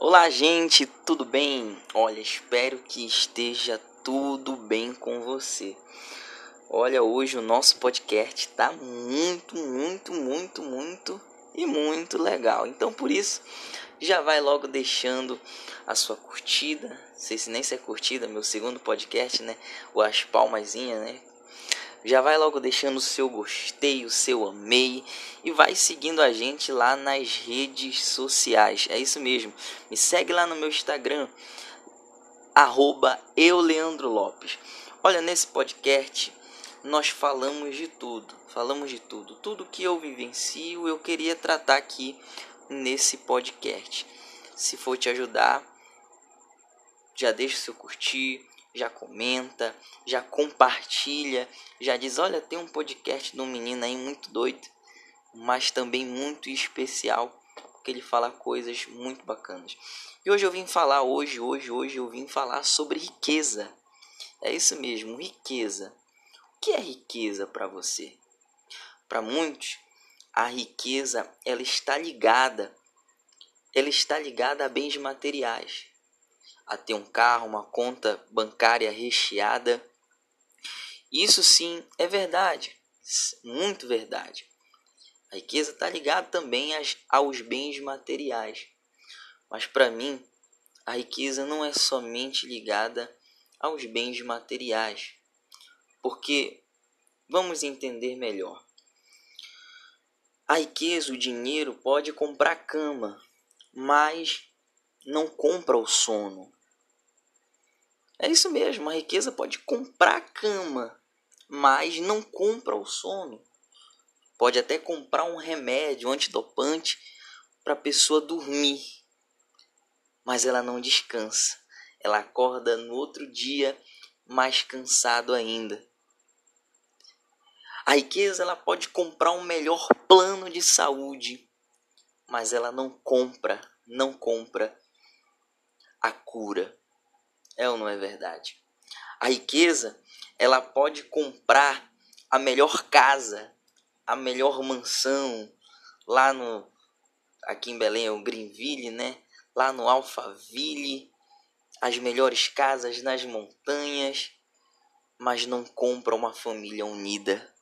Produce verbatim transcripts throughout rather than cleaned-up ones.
Olá, gente, tudo bem? Olha, espero que esteja tudo bem com você. Olha, hoje o nosso podcast tá muito, muito, muito, muito e muito legal. Então, por isso, já vai logo deixando a sua curtida. Não sei se nem se é curtida, meu segundo podcast, né? O As Palmazinhas, né? Já vai logo deixando o seu gostei, o seu amei e vai seguindo a gente lá nas redes sociais. É isso mesmo. Me segue lá no meu Instagram, arroba eu, Leandro Lopes. Olha, nesse podcast nós falamos de tudo. Falamos de tudo. Tudo que eu vivencio eu queria tratar aqui nesse podcast. Se for te ajudar, já deixa o seu curtir, já comenta, já compartilha, já diz, olha, tem um podcast de um menino aí muito doido, mas também muito especial, porque ele fala coisas muito bacanas. E hoje eu vim falar, hoje, hoje, hoje eu vim falar sobre riqueza. É isso mesmo, riqueza. O que é riqueza para você? Para muitos, a riqueza, ela está ligada, ela está ligada a bens materiais. A ter um carro, uma conta bancária recheada. Isso sim é verdade, muito verdade. A riqueza está ligada também às, aos bens materiais. Mas para mim, a riqueza não é somente ligada aos bens materiais. Porque, vamos entender melhor. A riqueza, o dinheiro pode comprar cama, mas não compra o sono. É isso mesmo, a riqueza pode comprar a cama, mas não compra o sono. Pode até comprar um remédio, um antidopante para a pessoa dormir, mas ela não descansa. Ela acorda no outro dia mais cansado ainda. A riqueza ela pode comprar um melhor plano de saúde, mas ela não compra, não compra a cura. É ou não é verdade? A riqueza, ela pode comprar a melhor casa, a melhor mansão, lá no, aqui em Belém é o Greenville, né? Lá no Alphaville, as melhores casas nas montanhas, mas não compra uma família unida.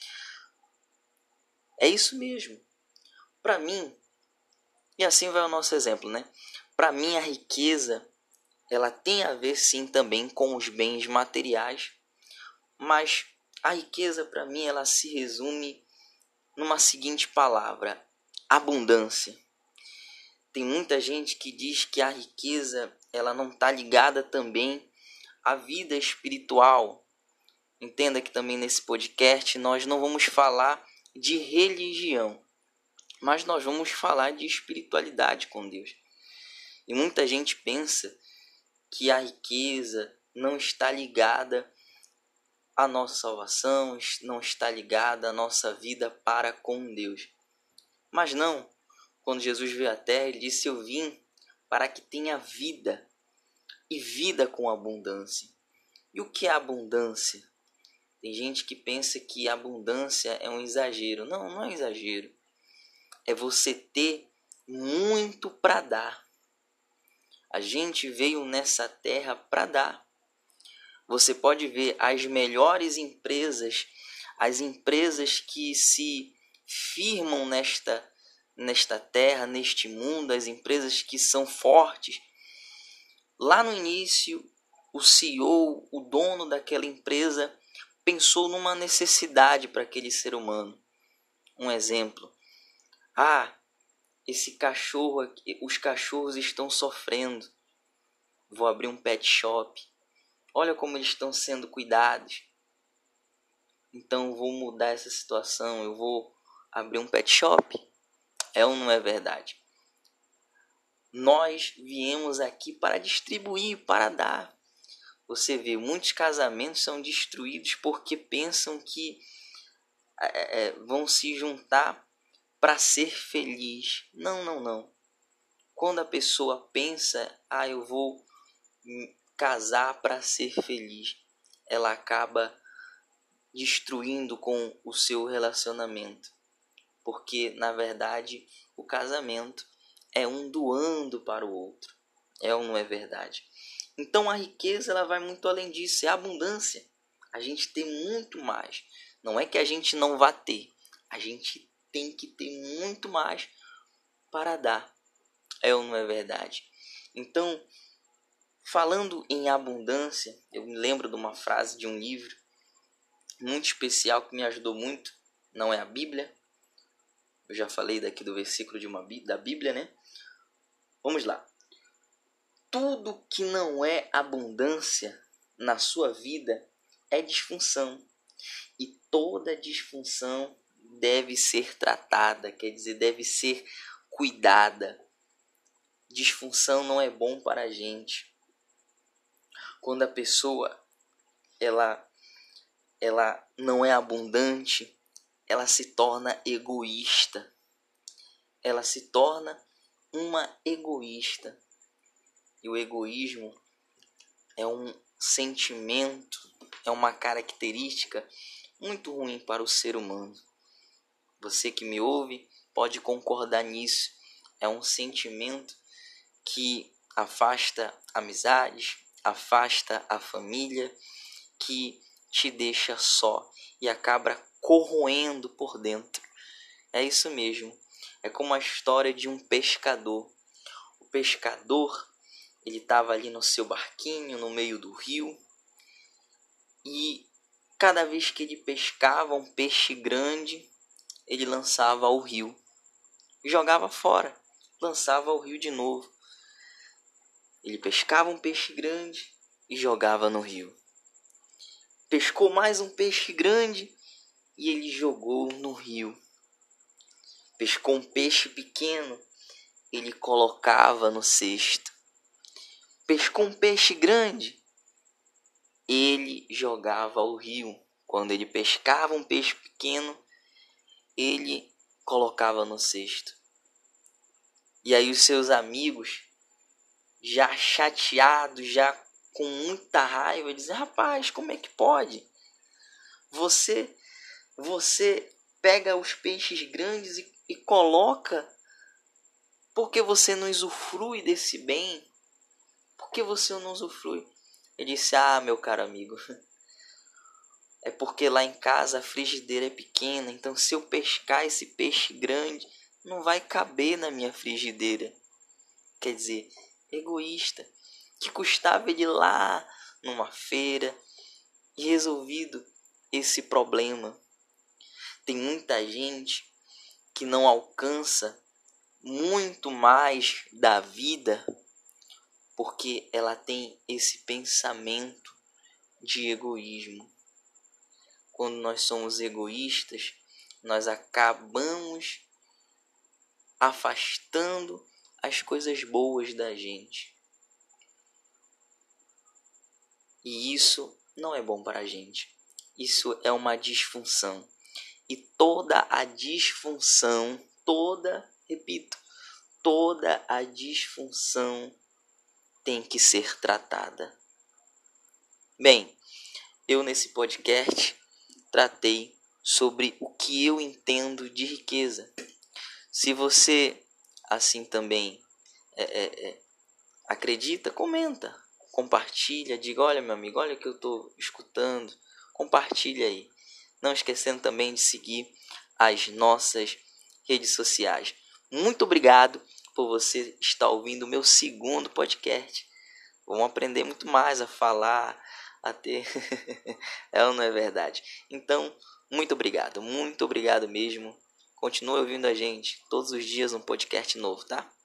É isso mesmo. Para mim, e assim vai o nosso exemplo, né? Para mim a riqueza ela tem a ver sim também com os bens materiais, mas a riqueza para mim ela se resume numa seguinte palavra: abundância. Tem muita gente que diz que a riqueza ela não está ligada também à vida espiritual. Entenda que também nesse podcast nós não vamos falar de religião, mas nós vamos falar de espiritualidade com Deus. E muita gente pensa que a riqueza não está ligada à nossa salvação, não está ligada à nossa vida para com Deus. Mas não, quando Jesus veio à terra, ele disse, eu vim para que tenha vida, e vida com abundância. E o que é abundância? Tem gente que pensa que abundância é um exagero. Não, não é exagero. É você ter muito para dar. A gente veio nessa terra para dar. Você pode ver as melhores empresas, as empresas que se firmam nesta, nesta terra, neste mundo, as empresas que são fortes. Lá no início, o C E O, o dono daquela empresa, pensou numa necessidade para aquele ser humano. Um exemplo. Ah, esse cachorro aqui, os cachorros estão sofrendo. Vou abrir um pet shop. Olha como eles estão sendo cuidados. Então vou mudar essa situação. Eu vou abrir um pet shop. É ou não é verdade? Nós viemos aqui para distribuir, para dar. Você vê, muitos casamentos são destruídos porque pensam que é, é, vão se juntar para ser feliz. Não, não, não. Quando a pessoa pensa, ah, eu vou casar para ser feliz, ela acaba destruindo com o seu relacionamento. Porque, na verdade, o casamento é um doando para o outro. É ou não é verdade? Então a riqueza ela vai muito além disso, é a abundância. A gente tem muito mais. Não é que a gente não vá ter, a gente tem que ter muito mais para dar. É ou não é verdade? Então, falando em abundância, eu me lembro de uma frase de um livro muito especial que me ajudou muito. Não é a Bíblia. Eu já falei daqui do versículo de uma, da Bíblia, né? Vamos lá. Tudo que não é abundância na sua vida é disfunção. E toda disfunção deve ser tratada, quer dizer, deve ser cuidada. Disfunção não é bom para a gente. Quando a pessoa ela, ela não é abundante, ela se torna egoísta. Ela se torna uma egoísta. E o egoísmo é um sentimento, é uma característica muito ruim para o ser humano. Você que me ouve pode concordar nisso. É um sentimento que afasta amizades, afasta a família, que te deixa só e acaba corroendo por dentro. É isso mesmo. É como a história de um pescador. O pescador, ele estava ali no seu barquinho, no meio do rio, e cada vez que ele pescava um peixe grande, ele lançava ao rio. Jogava fora, lançava ao rio de novo. Ele pescava um peixe grande e jogava no rio. Pescou mais um peixe grande e ele jogou no rio. Pescou um peixe pequeno, ele colocava no cesto. Pescou um peixe grande, ele jogava ao rio. Quando ele pescava um peixe pequeno, ele colocava no cesto. E aí os seus amigos, já chateados, já com muita raiva, dizem: rapaz, como é que pode? Você, você pega os peixes grandes e, e coloca, porque você não usufrui desse bem? Por que você não usufrui? Ele disse: ah, meu caro amigo, é porque lá em casa a frigideira é pequena, então se eu pescar esse peixe grande, não vai caber na minha frigideira. Quer dizer, egoísta, que custava ele ir lá numa feira e resolvido esse problema. Tem muita gente que não alcança muito mais da vida porque ela tem esse pensamento de egoísmo. Quando nós somos egoístas, nós acabamos afastando as coisas boas da gente. E isso não é bom para a gente. Isso é uma disfunção. E toda a disfunção, toda, repito, toda a disfunção tem que ser tratada. Bem, eu nesse podcast tratei sobre o que eu entendo de riqueza. Se você assim também é, é, é, acredita, comenta, compartilha, diga: olha meu amigo, olha o que eu estou escutando, compartilha aí. Não esquecendo também de seguir as nossas redes sociais. Muito obrigado por você estar ouvindo o meu segundo podcast. Vamos aprender muito mais a falar, a ter... é ou não é verdade? Então, muito obrigado, muito obrigado mesmo. Continue ouvindo a gente todos os dias um podcast novo, tá?